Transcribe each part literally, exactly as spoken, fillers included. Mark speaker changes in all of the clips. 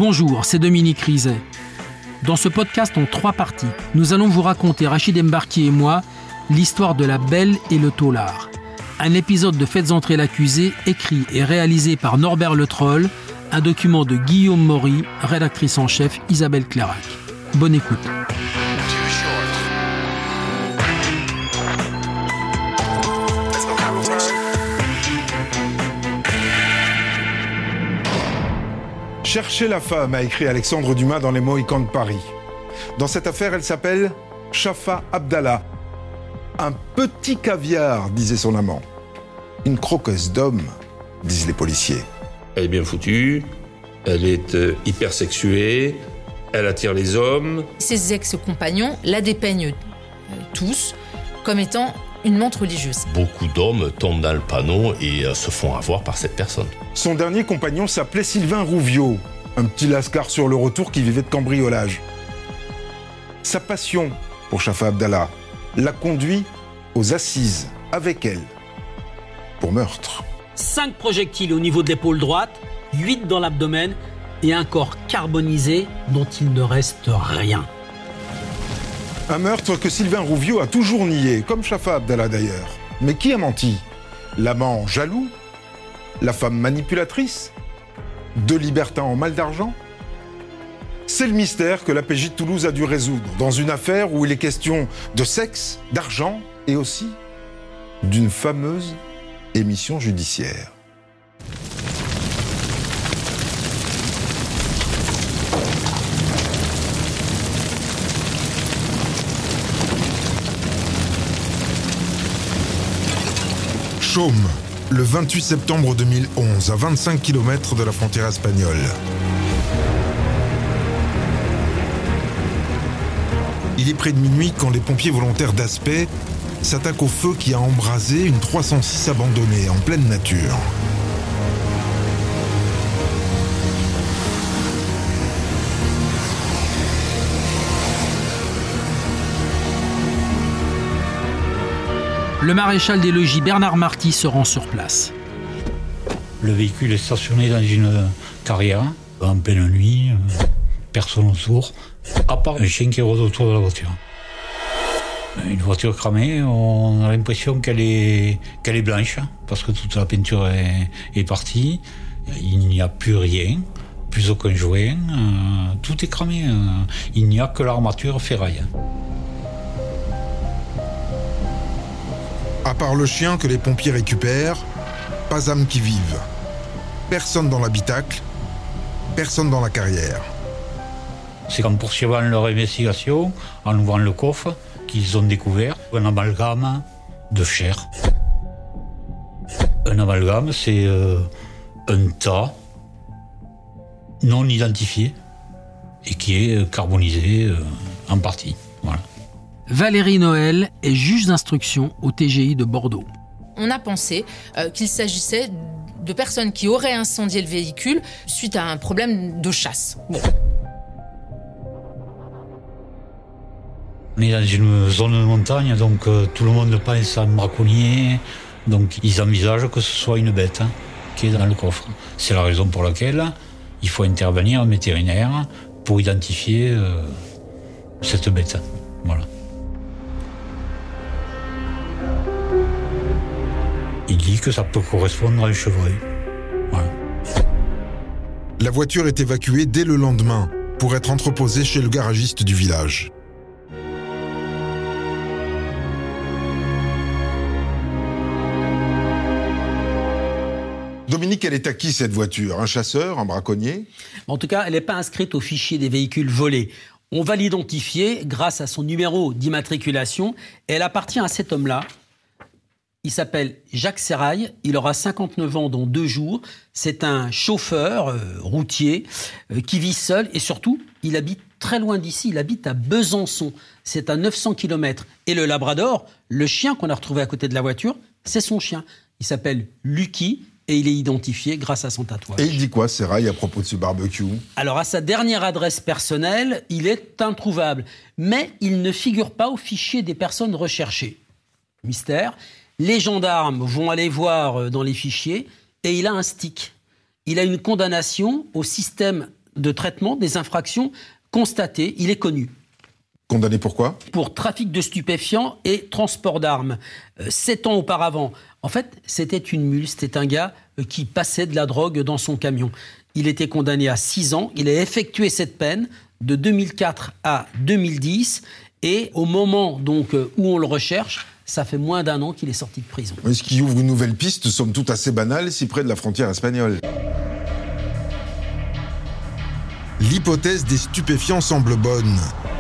Speaker 1: Bonjour, c'est Dominique Rizet. Dans ce podcast en trois parties, nous allons vous raconter, Rachid Embarki et moi, l'histoire de la Belle et le Taulard. Un épisode de Faites entrer l'accusé, écrit et réalisé par Norbert Le Troll, un document de Guillaume Maury, rédactrice en chef Isabelle Clairac. Bonne écoute.
Speaker 2: Cherchez la femme, a écrit Alexandre Dumas dans Les Mohicans de Paris. Dans cette affaire, elle s'appelle Shafa Abdallah. Un petit caviar, disait son amant. Une croqueuse d'homme, disent les policiers.
Speaker 3: Elle est bien foutue, elle est euh, hypersexuée, elle attire les hommes.
Speaker 4: Ses ex-compagnons la dépeignent euh, tous comme étant une menthe religieuse.
Speaker 3: Beaucoup d'hommes tombent dans le panneau et euh, se font avoir par cette personne.
Speaker 2: Son dernier compagnon s'appelait Sylvain Rouviot, un petit lascar sur le retour qui vivait de cambriolage. Sa passion pour Shafa Abdallah l'a conduit aux assises avec elle pour meurtre.
Speaker 1: Cinq projectiles au niveau de l'épaule droite, huit dans l'abdomen et un corps carbonisé dont il ne reste rien.
Speaker 2: Un meurtre que Sylvain Rouviot a toujours nié, comme Shafa Abdallah d'ailleurs. Mais qui a menti ? L'amant jaloux ? La femme manipulatrice ? Deux libertins en mal d'argent ? C'est le mystère que la P J de Toulouse a dû résoudre dans une affaire où il est question de sexe, d'argent et aussi d'une fameuse émission judiciaire. Chaume, le vingt-huit septembre deux mille onze, à vingt-cinq kilomètres de la frontière espagnole. Il est près de minuit quand les pompiers volontaires d'Aspet s'attaquent au feu qui a embrasé une trois cent six abandonnée en pleine nature.
Speaker 1: Le maréchal des logis Bernard Marty se rend sur place.
Speaker 5: Le véhicule est stationné dans une carrière, en pleine nuit, personne autour, à part un chien qui rôde autour de la voiture. Une voiture cramée, on a l'impression qu'elle est, qu'elle est blanche, parce que toute la peinture est, est partie. Il n'y a plus rien, plus aucun jouet, euh, tout est cramé. Euh, il n'y a que l'armature ferraille.
Speaker 2: À part le chien que les pompiers récupèrent, pas âme qui vive. Personne dans l'habitacle, personne dans la carrière.
Speaker 5: C'est qu'en poursuivant leur investigation, en ouvrant le coffre, qu'ils ont découvert un amalgame de chair. Un amalgame, c'est euh, un tas non identifié et qui est carbonisé euh, en partie. Voilà.
Speaker 1: Valérie Noël est juge d'instruction au T G I de Bordeaux.
Speaker 4: On a pensé euh, qu'il s'agissait de personnes qui auraient incendié le véhicule suite à un problème de chasse. Bon.
Speaker 5: On est dans une zone de montagne, donc euh, tout le monde pense à un braconnier. Donc ils envisagent que ce soit une bête hein, qui est dans le coffre. C'est la raison pour laquelle il faut intervenir un vétérinaire pour identifier euh, cette bête. Voilà. Il dit que ça peut correspondre à un chevreuil. Voilà.
Speaker 2: La voiture est évacuée dès le lendemain pour être entreposée chez le garagiste du village. Dominique, elle est à qui cette voiture ? Un chasseur, un braconnier ?
Speaker 1: En tout cas, elle n'est pas inscrite au fichier des véhicules volés. On va l'identifier grâce à son numéro d'immatriculation. Elle appartient à cet homme-là. Il s'appelle Jacques Serrail, il aura cinquante-neuf ans dans deux jours. C'est un chauffeur euh, routier euh, qui vit seul et surtout, il habite très loin d'ici, il habite à Besançon. C'est à neuf cents kilomètres. Et le Labrador, le chien qu'on a retrouvé à côté de la voiture, c'est son chien. Il s'appelle Lucky et il est identifié grâce à son tatouage.
Speaker 2: Et il dit quoi, Serrail, à propos de ce barbecue ?
Speaker 1: Alors, à sa dernière adresse personnelle, il est introuvable. Mais il ne figure pas au fichier des personnes recherchées. Mystère. Les gendarmes vont aller voir dans les fichiers et il a un stick. Il a une condamnation au système de traitement des infractions constatées. Il est connu.
Speaker 2: Condamné pour quoi ?
Speaker 1: Pour trafic de stupéfiants et transport d'armes. Euh, sept ans auparavant. En fait, c'était une mule, c'était un gars euh, qui passait de la drogue dans son camion. Il était condamné à six ans. Il a effectué cette peine de deux mille quatre à deux mille dix. Et au moment donc, euh, où on le recherche, ça fait moins d'un an qu'il est sorti de prison.
Speaker 2: Ce qui ouvre une nouvelle piste, somme toute assez banale, si près de la frontière espagnole. L'hypothèse des stupéfiants semble bonne.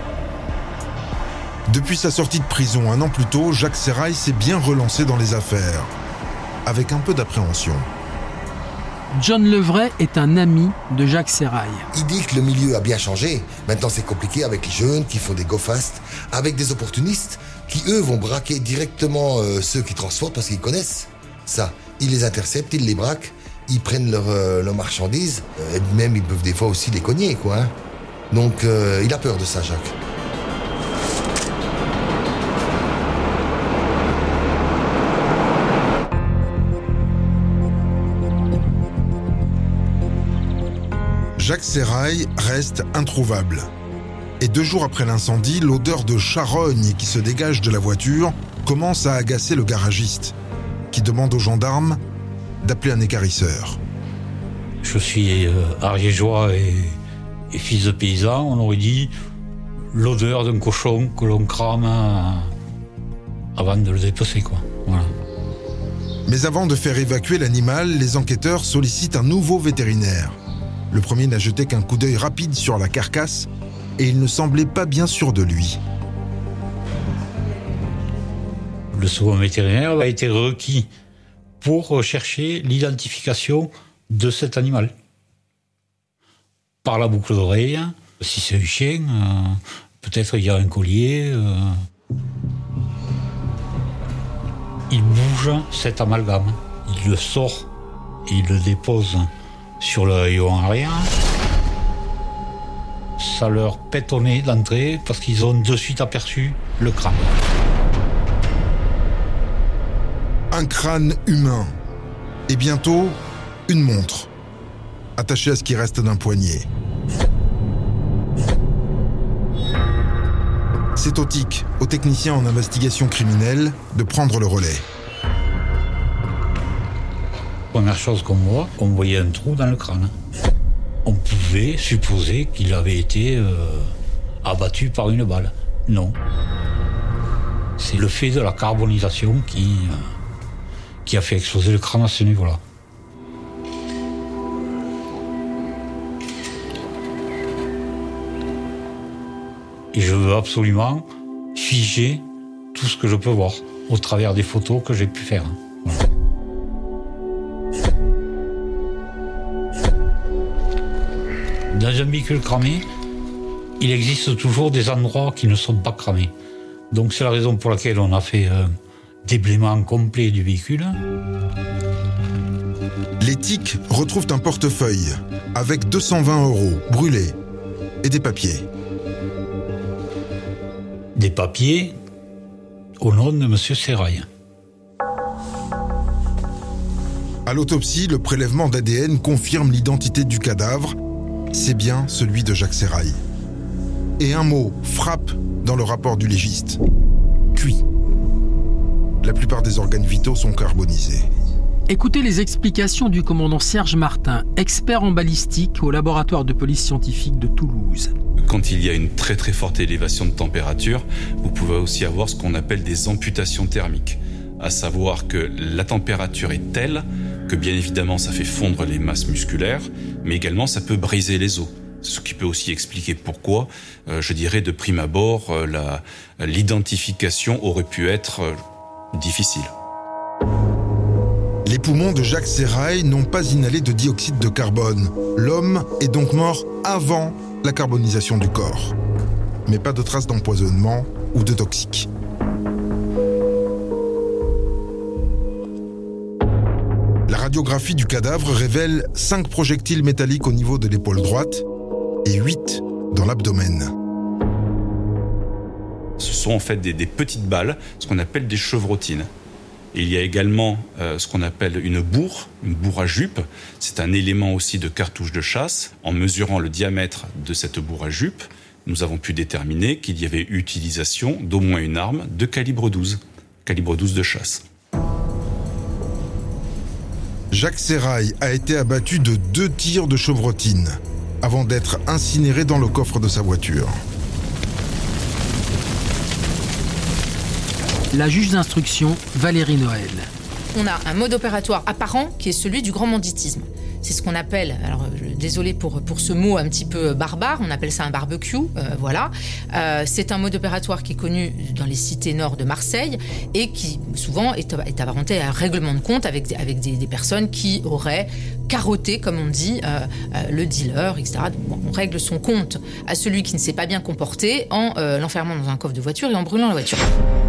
Speaker 2: Depuis sa sortie de prison un an plus tôt, Jacques Sérail s'est bien relancé dans les affaires, avec un peu d'appréhension.
Speaker 1: John Levray est un ami de Jacques Sérail.
Speaker 6: Il dit que le milieu a bien changé. Maintenant, c'est compliqué avec les jeunes qui font des go-fast, avec des opportunistes qui, eux, vont braquer directement euh, ceux qui transportent parce qu'ils connaissent ça. Ils les interceptent, ils les braquent, ils prennent leurs euh, leur marchandises, euh, et même ils peuvent des fois aussi les cogner, quoi. Hein. Donc, euh, il a peur de ça, Jacques.
Speaker 2: Jacques Sérail reste introuvable. Et deux jours après l'incendie, l'odeur de charogne qui se dégage de la voiture commence à agacer le garagiste, qui demande aux gendarmes d'appeler un équarrisseur.
Speaker 5: Je suis euh, ariégeois et, et fils de paysan. On aurait dit l'odeur d'un cochon que l'on crame euh, avant de le dépecer, quoi. Voilà.
Speaker 2: Mais avant de faire évacuer l'animal, les enquêteurs sollicitent un nouveau vétérinaire. Le premier n'a jeté qu'un coup d'œil rapide sur la carcasse et il ne semblait pas bien sûr de lui.
Speaker 5: Le second vétérinaire a été requis pour rechercher l'identification de cet animal. Par la boucle d'oreille, si c'est un chien, euh, peut-être il y a un collier. Euh... Il bouge cet amalgame, il le sort et il le dépose sur le rayon arrière. Ça leur pète au nez d'entrée parce qu'ils ont de suite aperçu le crâne.
Speaker 2: Un crâne humain. Et bientôt, une montre, attachée à ce qui reste d'un poignet. C'est au T I C, aux techniciens en investigation criminelle, de prendre le relais.
Speaker 5: Première chose qu'on voit, on voyait un trou dans le crâne. On pouvait supposer qu'il avait été euh, abattu par une balle. Non. C'est le fait de la carbonisation qui, euh, qui a fait exploser le crâne à ce niveau-là. Et je veux absolument figer tout ce que je peux voir au travers des photos que j'ai pu faire. Voilà. Dans un véhicule cramé, il existe toujours des endroits qui ne sont pas cramés. Donc c'est la raison pour laquelle on a fait un déblaiement complet du véhicule.
Speaker 2: Les T I C retrouvent un portefeuille avec deux cent vingt euros brûlés et des papiers.
Speaker 5: Des papiers au nom de M. Sérail.
Speaker 2: À l'autopsie, le prélèvement d'A D N confirme l'identité du cadavre. C'est bien celui de Jacques Sérail. Et un mot frappe dans le rapport du légiste. Cuit. La plupart des organes vitaux sont carbonisés.
Speaker 1: Écoutez les explications du commandant Serge Martin, expert en balistique au laboratoire de police scientifique de Toulouse.
Speaker 7: Quand il y a une très très forte élévation de température, vous pouvez aussi avoir ce qu'on appelle des amputations thermiques. À savoir que la température est telle que bien évidemment ça fait fondre les masses musculaires, mais également ça peut briser les os. Ce qui peut aussi expliquer pourquoi, euh, je dirais de prime abord, euh, la, l'identification aurait pu être euh, difficile.
Speaker 2: Les poumons de Jacques Sérail n'ont pas inhalé de dioxyde de carbone. L'homme est donc mort avant la carbonisation du corps. Mais pas de traces d'empoisonnement ou de toxiques. La radiographie du cadavre révèle cinq projectiles métalliques au niveau de l'épaule droite et huit dans l'abdomen.
Speaker 7: Ce sont en fait des, des petites balles, ce qu'on appelle des chevrotines. Et il y a également euh, ce qu'on appelle une bourre, une bourre à jupe. C'est un élément aussi de cartouche de chasse. En mesurant le diamètre de cette bourre à jupe, nous avons pu déterminer qu'il y avait utilisation d'au moins une arme de calibre douze, calibre douze de chasse.
Speaker 2: Jacques Sérail a été abattu de deux tirs de chevrotine avant d'être incinéré dans le coffre de sa voiture.
Speaker 1: La juge d'instruction, Valérie Noël.
Speaker 4: On a un mode opératoire apparent qui est celui du grand banditisme. C'est ce qu'on appelle, alors désolé pour, pour ce mot un petit peu barbare, on appelle ça un barbecue, euh, voilà. Euh, c'est un mode opératoire qui est connu dans les cités nord de Marseille et qui souvent est, est apparenté à un règlement de compte avec, avec des, des personnes qui auraient carotté, comme on dit, euh, euh, le dealer, et cetera. Bon, on règle son compte à celui qui ne s'est pas bien comporté en euh, l'enfermant dans un coffre de voiture et en brûlant la voiture.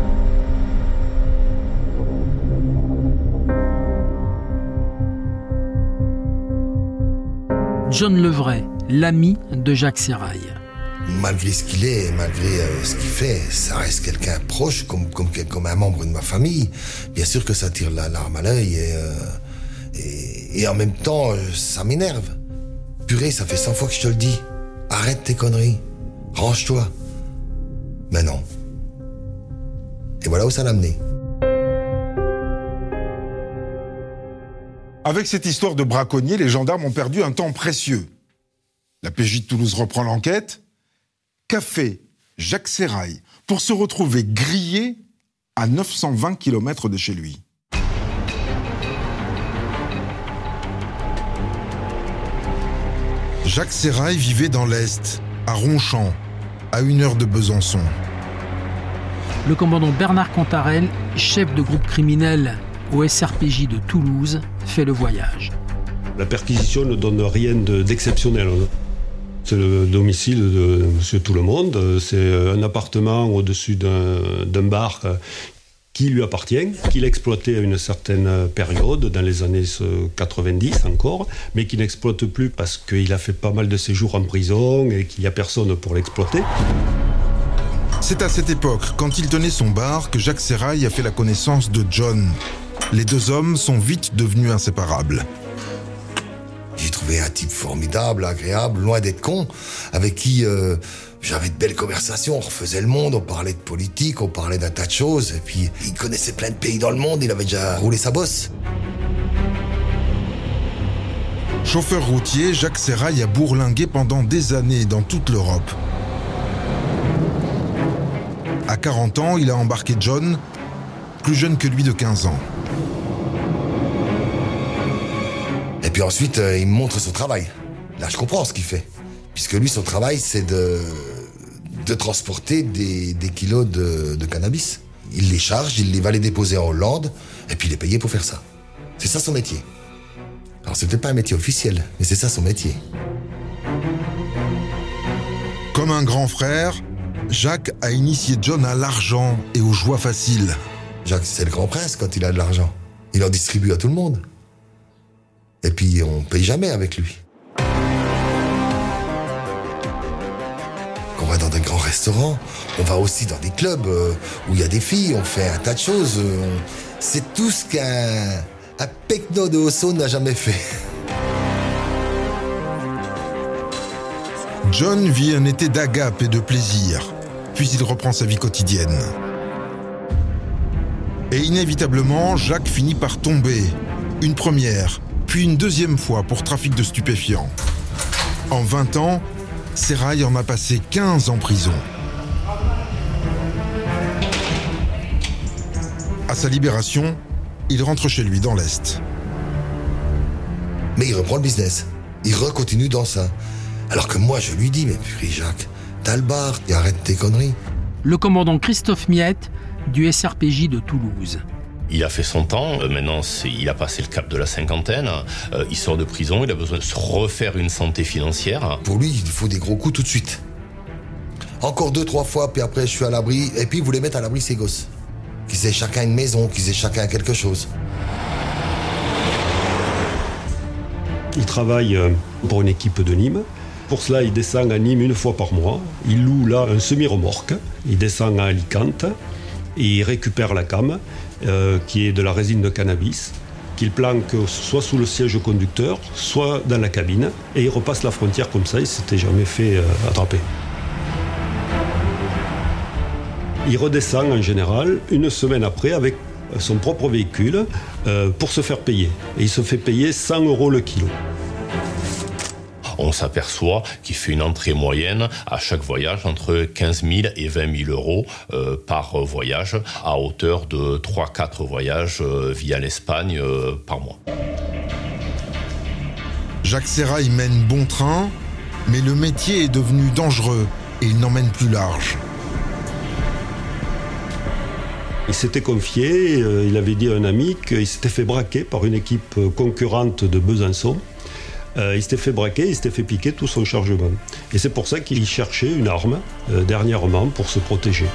Speaker 1: John Levray, l'ami de Jacques Sérail.
Speaker 6: Malgré ce qu'il est, malgré euh, ce qu'il fait, ça reste quelqu'un proche, comme, comme, comme un membre de ma famille. Bien sûr que ça tire la larme à l'œil et, euh, et, et en même temps, euh, ça m'énerve. Purée, ça fait cent fois que je te le dis. Arrête tes conneries. Range-toi. Mais non. Et voilà où ça l'a amené.
Speaker 2: Avec cette histoire de braconnier, les gendarmes ont perdu un temps précieux. La P J de Toulouse reprend l'enquête. Qu'a fait Jacques Sérail pour se retrouver grillé à neuf cent vingt kilomètres de chez lui? Jacques Sérail vivait dans l'Est, à Ronchamp, à une heure de Besançon.
Speaker 1: Le commandant Bernard Contarel, chef de groupe criminel au S R P J de Toulouse, fait le voyage.
Speaker 8: La perquisition ne donne rien de, d'exceptionnel. C'est le domicile de Monsieur Tout-le-Monde. C'est un appartement au-dessus d'un, d'un bar qui lui appartient, qu'il exploitait à une certaine période, dans les années quatre-vingt-dix encore, mais qu'il n'exploite plus parce qu'il a fait pas mal de séjours en prison et qu'il n'y a personne pour l'exploiter.
Speaker 2: C'est à cette époque, quand il tenait son bar, que Jacques Sérail a fait la connaissance de John. Les deux hommes sont vite devenus inséparables.
Speaker 6: J'ai trouvé un type formidable, agréable, loin d'être con, avec qui euh, j'avais de belles conversations, on refaisait le monde, on parlait de politique, on parlait d'un tas de choses, et puis il connaissait plein de pays dans le monde, il avait déjà roulé sa bosse.
Speaker 2: Chauffeur routier, Jacques Sérail a bourlingué pendant des années dans toute l'Europe. À quarante ans, il a embarqué John, plus jeune que lui de quinze ans.
Speaker 6: Et puis ensuite, euh, il me montre son travail. Là, je comprends ce qu'il fait. Puisque lui, son travail, c'est de, de transporter des, des kilos de, de cannabis. Il les charge, il les va les déposer en Hollande, et puis il est payé pour faire ça. C'est ça son métier. Alors, c'est peut-être pas un métier officiel, mais c'est ça son métier.
Speaker 2: Comme un grand frère, Jacques a initié John à l'argent et aux joies faciles.
Speaker 6: Jacques, c'est le grand prince quand il a de l'argent. Il en distribue à tout le monde. Et puis, on paye jamais avec lui. Quand on va dans des grands restaurants, on va aussi dans des clubs euh, où il y a des filles, on fait un tas de choses. Euh, on... C'est tout ce qu'un un pecno de Osso n'a jamais fait.
Speaker 2: John vit un été d'agape et de plaisir, puis il reprend sa vie quotidienne. Et inévitablement, Jacques finit par tomber. Une première, puis une deuxième fois pour trafic de stupéfiants. En vingt ans, Sérail en a passé quinze en prison. À sa libération, il rentre chez lui dans l'Est.
Speaker 6: Mais il reprend le business. Il recontinue dans ça. Alors que moi, je lui dis, mais purée Jacques, t'as le bar, et arrête tes conneries.
Speaker 1: Le commandant Christophe Miette, du S R P J de Toulouse.
Speaker 9: Il a fait son temps, euh, maintenant c'est, il a passé le cap de la cinquantaine, euh, il sort de prison, il a besoin de se refaire une santé financière.
Speaker 6: Pour lui, il faut des gros coups tout de suite. Encore deux, trois fois, puis après je suis à l'abri, et puis il voulait mettre à l'abri ses gosses. Qu'ils aient chacun une maison, qu'ils aient chacun quelque chose.
Speaker 8: Il travaille pour une équipe de Nîmes. Pour cela, il descend à Nîmes une fois par mois. Il loue là un semi-remorque. Il descend à Alicante. Et il récupère la cam euh, qui est de la résine de cannabis, qu'il planque soit sous le siège conducteur, soit dans la cabine, et il repasse la frontière comme ça, il ne s'était jamais fait euh, attraper. Il redescend en général une semaine après avec son propre véhicule euh, pour se faire payer. Et il se fait payer cent euros le kilo.
Speaker 9: On s'aperçoit qu'il fait une entrée moyenne à chaque voyage entre quinze mille et vingt mille euros euh, par voyage, à hauteur de trois à quatre voyages euh, via l'Espagne euh, par mois.
Speaker 2: Jacques Sérail mène bon train, mais le métier est devenu dangereux et il n'emmène plus large.
Speaker 8: Il s'était confié, euh, il avait dit à un ami qu'il s'était fait braquer par une équipe concurrente de Besançon. Euh, il s'était fait braquer, il s'était fait piquer tout son chargement. Et c'est pour ça qu'il cherchait une arme, euh, dernièrement, pour se protéger.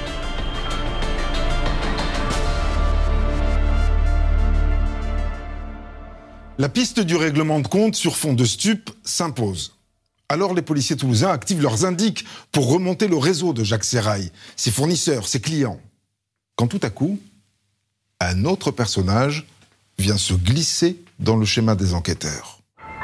Speaker 2: La piste du règlement de compte sur fond de stupes s'impose. Alors les policiers toulousains activent leurs indices pour remonter le réseau de Jacques Sérail, ses fournisseurs, ses clients. Quand tout à coup, un autre personnage vient se glisser dans le schéma des enquêteurs.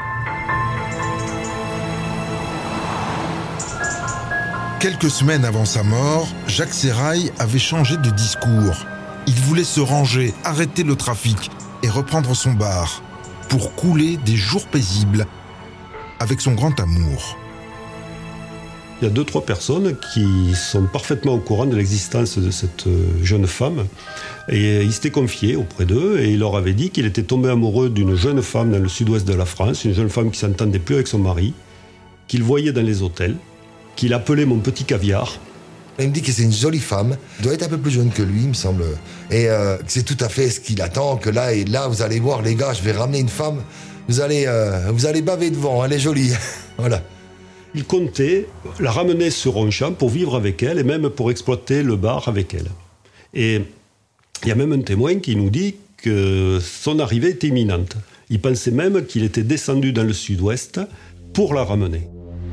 Speaker 2: Quelques semaines avant sa mort, Jacques Sérail avait changé de discours. Il voulait se ranger, arrêter le trafic et reprendre son bar pour couler des jours paisibles avec son grand amour.
Speaker 8: Il y a deux, trois personnes qui sont parfaitement au courant de l'existence de cette jeune femme. Et il s'était confié auprès d'eux et il leur avait dit qu'il était tombé amoureux d'une jeune femme dans le sud-ouest de la France, une jeune femme qui ne s'entendait plus avec son mari, qu'il voyait dans les hôtels, qu'il appelait mon petit caviar.
Speaker 6: Il me dit que c'est une jolie femme, elle doit être un peu plus jeune que lui, il me semble. Et euh, que c'est tout à fait ce qu'il attend, que là, et là, vous allez voir, les gars, je vais ramener une femme, vous allez, euh, vous allez baver devant, elle est jolie. Voilà.
Speaker 8: Il comptait la ramener sur Ronchamp pour vivre avec elle et même pour exploiter le bar avec elle. Et il y a même un témoin qui nous dit que son arrivée était imminente. Il pensait même qu'il était descendu dans le sud-ouest pour la ramener.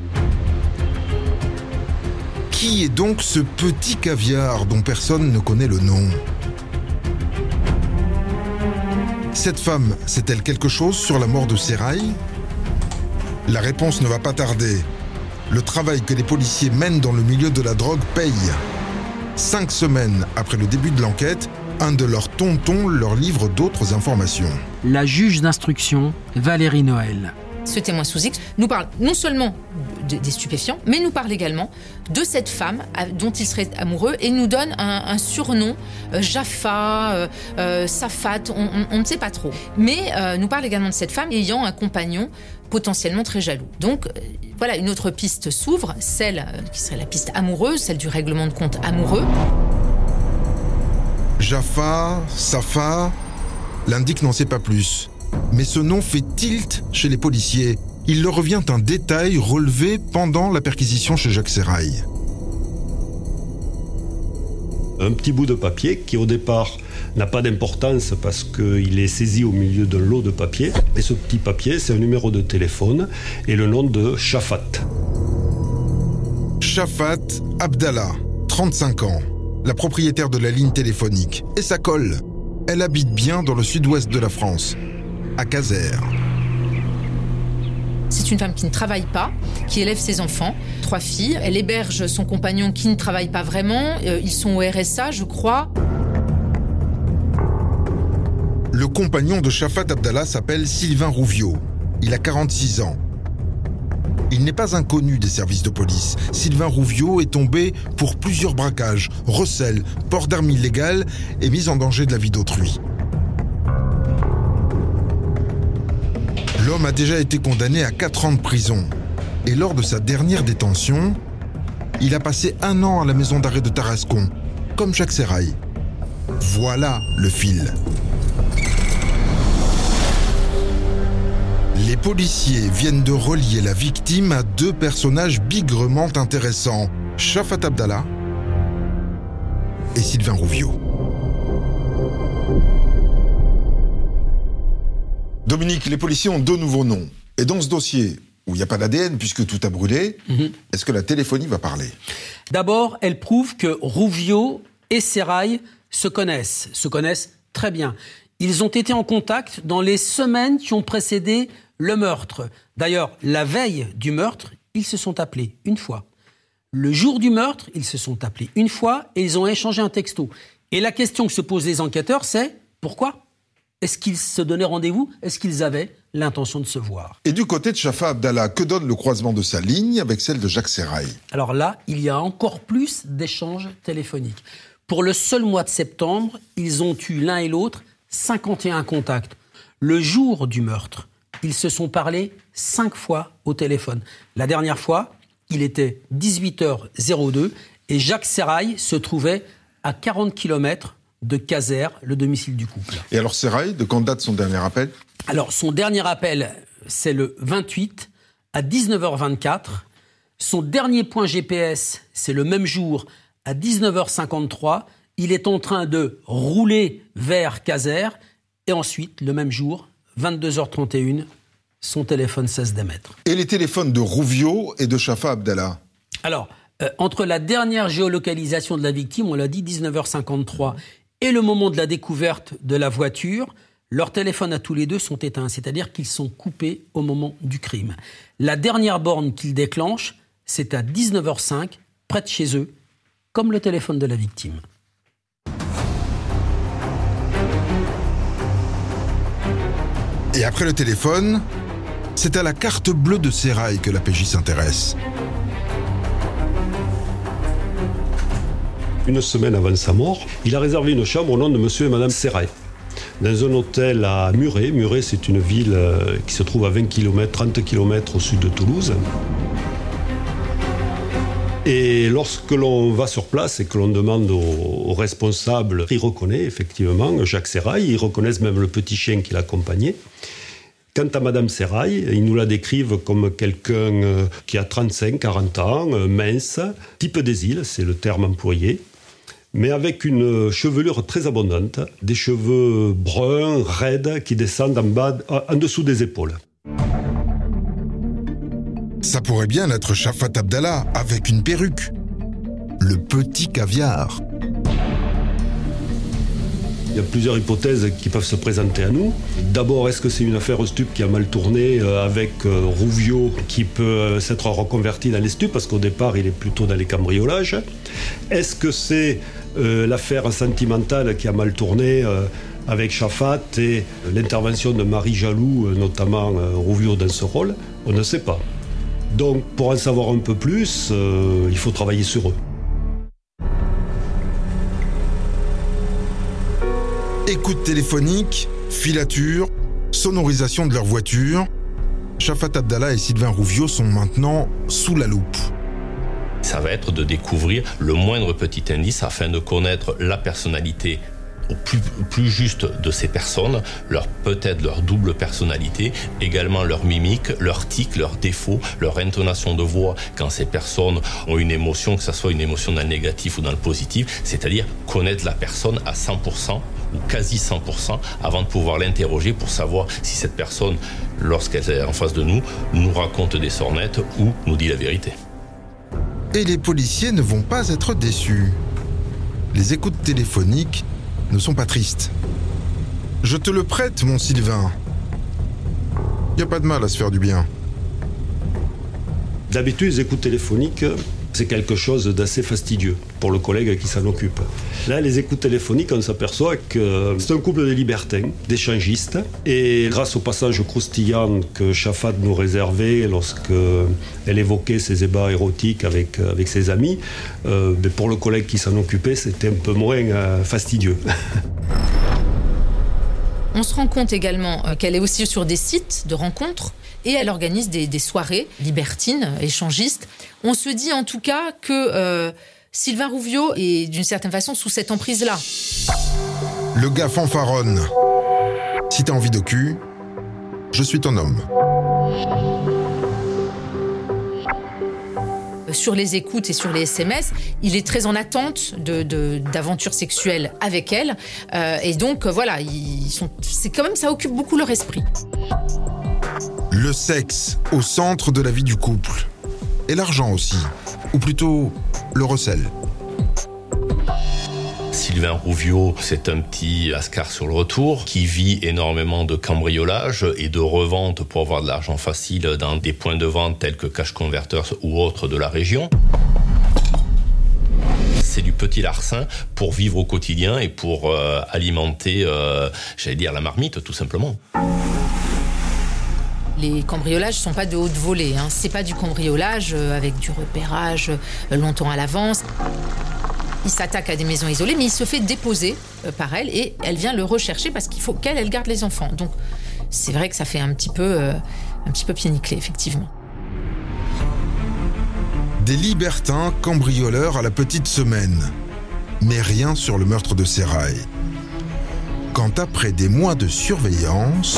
Speaker 2: Qui est donc ce petit caviar dont personne ne connaît le nom ? Cette femme, sait-elle quelque chose sur la mort de Sérail ? La réponse ne va pas tarder. Le travail que les policiers mènent dans le milieu de la drogue paye. Cinq semaines après le début de l'enquête, un de leurs tontons leur livre d'autres informations.
Speaker 1: La juge d'instruction, Valérie Noël.
Speaker 4: Ce témoin sous X nous parle non seulement de, des stupéfiants, mais nous parle également de cette femme dont il serait amoureux et nous donne un, un surnom, euh, Jaffa, euh, euh, Safat, on, on, on ne sait pas trop. Mais euh, nous parle également de cette femme ayant un compagnon potentiellement très jaloux. Donc euh, voilà, une autre piste s'ouvre, celle euh, qui serait la piste amoureuse, celle du règlement de compte amoureux.
Speaker 2: Jaffa, Safa, l'indique n'en sait pas plus. Mais ce nom fait tilt chez les policiers. Il leur revient un détail relevé pendant la perquisition chez Jacques Sérail.
Speaker 8: Un petit bout de papier qui au départ n'a pas d'importance parce qu'il est saisi au milieu d'un lot de papier. Et ce petit papier, c'est un numéro de téléphone et le nom de Shafat.
Speaker 2: Shafat Abdallah, trente-cinq ans, la propriétaire de la ligne téléphonique. Et ça colle. Elle habite bien dans le sud-ouest de la France, à Caser.
Speaker 4: C'est une femme qui ne travaille pas, qui élève ses enfants, trois filles. Elle héberge son compagnon qui ne travaille pas vraiment. Euh, ils sont au R S A, je crois.
Speaker 2: Le compagnon de Shafat Abdallah s'appelle Sylvain Rouviot. Il a quarante-six ans. Il n'est pas inconnu des services de police. Sylvain Rouviot est tombé pour plusieurs braquages, recels, port d'armes illégales et mise en danger de la vie d'autrui. L'homme a déjà été condamné à quatre ans de prison. Et lors de sa dernière détention, il a passé un an à la maison d'arrêt de Tarascon, comme Jacques Sérail. Voilà le fil. Les policiers viennent de relier la victime à deux personnages bigrement intéressants, Shafat Abdallah et Sylvain Rouviot. Dominique, les policiers ont deux nouveaux noms. Et dans ce dossier, où il n'y a pas d'A D N puisque tout a brûlé, mmh. est-ce que la téléphonie va parler ?
Speaker 1: D'abord, elle prouve que Rouviot et Sérail se connaissent, se connaissent Très bien. Ils ont été en contact dans les semaines qui ont précédé le meurtre. D'ailleurs, la veille du meurtre, ils se sont appelés une fois. Le jour du meurtre, ils se sont appelés une fois et ils ont échangé un texto. Et la question que se posent les enquêteurs, c'est pourquoi ? Est-ce qu'ils se donnaient rendez-vous ? Est-ce qu'ils avaient l'intention de se voir ?
Speaker 2: Et du côté de Shafa Abdallah, que donne le croisement de sa ligne avec celle de Jacques Sérail ?
Speaker 1: Alors là, il y a encore plus d'échanges téléphoniques. Pour le seul mois de septembre, ils ont eu l'un et l'autre cinquante et un contacts. Le jour du meurtre, ils se sont parlé cinq fois au téléphone. La dernière fois, il était dix-huit heures deux et Jacques Sérail se trouvait à quarante kilomètres de Caser, le domicile du couple.
Speaker 2: Et alors Sérail, de quand date son dernier appel ?
Speaker 1: Alors son dernier appel, c'est le vingt-huit à dix-neuf heures vingt-quatre. Son dernier point G P S, c'est le même jour à dix-neuf heures cinquante-trois. Il est en train de rouler vers Caser et ensuite, le même jour, vingt-deux heures trente et une, son téléphone cesse d'émettre.
Speaker 2: Et les téléphones de Rouviot et de Shafa Abdallah ?
Speaker 1: Alors, euh, entre la dernière géolocalisation de la victime, on l'a dit, dix-neuf heures cinquante-trois, et le moment de la découverte de la voiture, leurs téléphones à tous les deux sont éteints, c'est-à-dire qu'ils sont coupés au moment du crime. La dernière borne qu'ils déclenchent, c'est à dix-neuf heures cinq, près de chez eux, comme le téléphone de la victime.
Speaker 2: Et après le téléphone, c'est à la carte bleue de Sérail que la P J s'intéresse.
Speaker 8: Une semaine avant sa mort, il a réservé une chambre au nom de monsieur et madame Sérail, dans un hôtel à Muret. Muret, c'est une ville qui se trouve à vingt kilomètres, trente kilomètres au sud de Toulouse. Et lorsque l'on va sur place et que l'on demande aux, aux responsables, ils reconnaissent effectivement Jacques Sérail, ils reconnaissent même le petit chien qui l'accompagnait. Quant à Madame Sérail, ils nous la décrivent comme quelqu'un qui a trente-cinq à quarante ans, mince, type des îles, c'est le terme employé, mais avec une chevelure très abondante, des cheveux bruns, raides, qui descendent en bas, en dessous des épaules.
Speaker 2: Ça pourrait bien être Shafat Abdallah avec une perruque. Le petit caviar.
Speaker 8: Il y a plusieurs hypothèses qui peuvent se présenter à nous. D'abord, est-ce que c'est une affaire stup qui a mal tourné avec Rouviot qui peut s'être reconverti dans les stupes parce qu'au départ, il est plutôt dans les cambriolages. Est-ce que c'est euh, l'affaire sentimentale qui a mal tourné euh, avec Shafat et l'intervention de Marie Jaloux, notamment euh, Rouviot dans ce rôle? On ne sait pas. Donc, pour en savoir un peu plus, euh, il faut travailler sur eux.
Speaker 2: Écoute téléphonique, filature, sonorisation de leur voiture. Shafat Abdallah et Sylvain Rouviot sont maintenant sous la loupe.
Speaker 9: Ça va être de découvrir le moindre petit indice afin de connaître la personnalité au plus, plus juste de ces personnes, leur, peut-être leur double personnalité, également leur mimique, leur tic, leurs défauts, leur intonation de voix quand ces personnes ont une émotion, que ce soit une émotion dans le négatif ou dans le positif, c'est-à-dire connaître la personne à cent pour cent ou quasi cent pour cent avant de pouvoir l'interroger pour savoir si cette personne, lorsqu'elle est en face de nous, nous raconte des sornettes ou nous dit la vérité.
Speaker 2: Et les policiers ne vont pas être déçus. Les écoutes téléphoniques ne sont pas tristes. Je te le prête, mon Sylvain. Y a pas de mal à se faire du bien.
Speaker 8: D'habitude, les écoutes téléphoniques, c'est quelque chose d'assez fastidieux pour le collègue qui s'en occupe. Là, les écoutes téléphoniques, on s'aperçoit que c'est un couple de libertins, d'échangistes. Et grâce au passage croustillant que Shafat nous réservait lorsqu'elle évoquait ses ébats érotiques avec, avec ses amis, euh, mais pour le collègue qui s'en occupait, c'était un peu moins euh, fastidieux.
Speaker 4: On se rend compte également qu'elle est aussi sur des sites de rencontres et elle organise des, des soirées libertines, échangistes. On se dit en tout cas que euh, Sylvain Rouviot est d'une certaine façon sous cette emprise-là.
Speaker 2: Le gars fanfaronne. Si t'as envie de cul, je suis ton homme.
Speaker 4: Sur les écoutes et sur les S M S, il est très en attente de, de, d'aventures sexuelles avec elle. Euh, et donc, voilà, ils sont, c'est quand même, ça occupe beaucoup leur esprit.
Speaker 2: Le sexe au centre de la vie du couple. Et l'argent aussi. Ou plutôt, le recel.
Speaker 9: Sylvain Rouviot, c'est un petit lascar sur le retour qui vit énormément de cambriolage et de revente pour avoir de l'argent facile dans des points de vente tels que Cash Converters ou autres de la région. C'est du petit larcin pour vivre au quotidien et pour euh, alimenter, euh, j'allais dire, la marmite, tout simplement.
Speaker 4: Les cambriolages ne sont pas de haute volée, hein. C'est pas du cambriolage avec du repérage longtemps à l'avance. Il s'attaque à des maisons isolées, mais il se fait déposer par elle et elle vient le rechercher parce qu'il faut qu'elle elle garde les enfants. Donc c'est vrai que ça fait un petit peu, euh, un petit peu pied nickelé, effectivement.
Speaker 2: Des libertins cambrioleurs à la petite semaine. Mais rien sur le meurtre de Seraï. Quand après des mois de surveillance,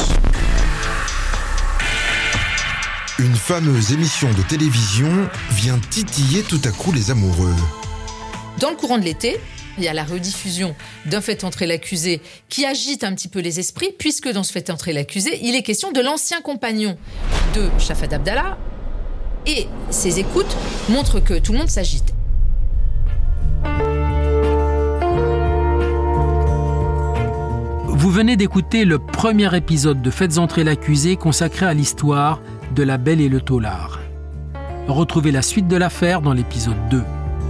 Speaker 2: une fameuse émission de télévision vient titiller tout à coup les amoureux.
Speaker 4: Dans le courant de l'été, il y a la rediffusion d'un Faites entrer l'accusé qui agite un petit peu les esprits, puisque dans ce Faites entrer l'accusé, il est question de l'ancien compagnon de Shafad Abdallah. Et ces écoutes montrent que tout le monde s'agite.
Speaker 1: Vous venez d'écouter le premier épisode de Faites entrer l'accusé consacré à l'histoire de La Belle et le Taulard. Retrouvez la suite de l'affaire dans l'épisode deux.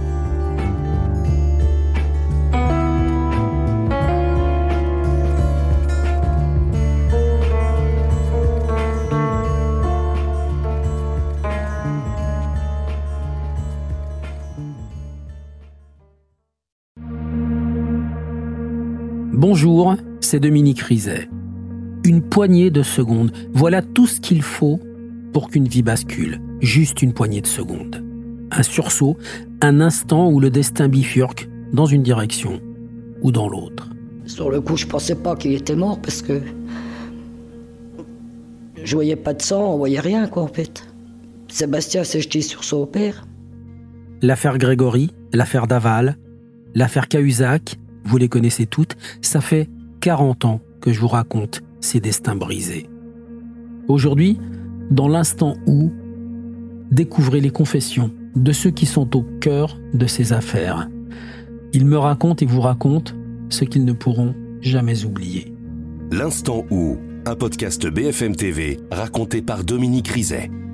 Speaker 1: Bonjour, c'est Dominique Rizet. Une poignée de secondes, voilà tout ce qu'il faut pour qu'une vie bascule. Juste une poignée de secondes. Un sursaut, un instant où le destin bifurque dans une direction ou dans l'autre.
Speaker 10: Sur le coup, je pensais pas qu'il était mort parce que je voyais pas de sang, on voyait rien quoi en fait. Sébastien s'est jeté sur son père.
Speaker 1: L'affaire Grégory, l'affaire Daval, l'affaire Cahuzac, vous les connaissez toutes, ça fait quarante ans que je vous raconte ces destins brisés. Aujourd'hui, dans l'instant où, découvrez les confessions de ceux qui sont au cœur de ces affaires. Ils me racontent et vous racontent ce qu'ils ne pourront jamais oublier.
Speaker 11: L'instant où, un podcast B F M T V raconté par Dominique Rizet.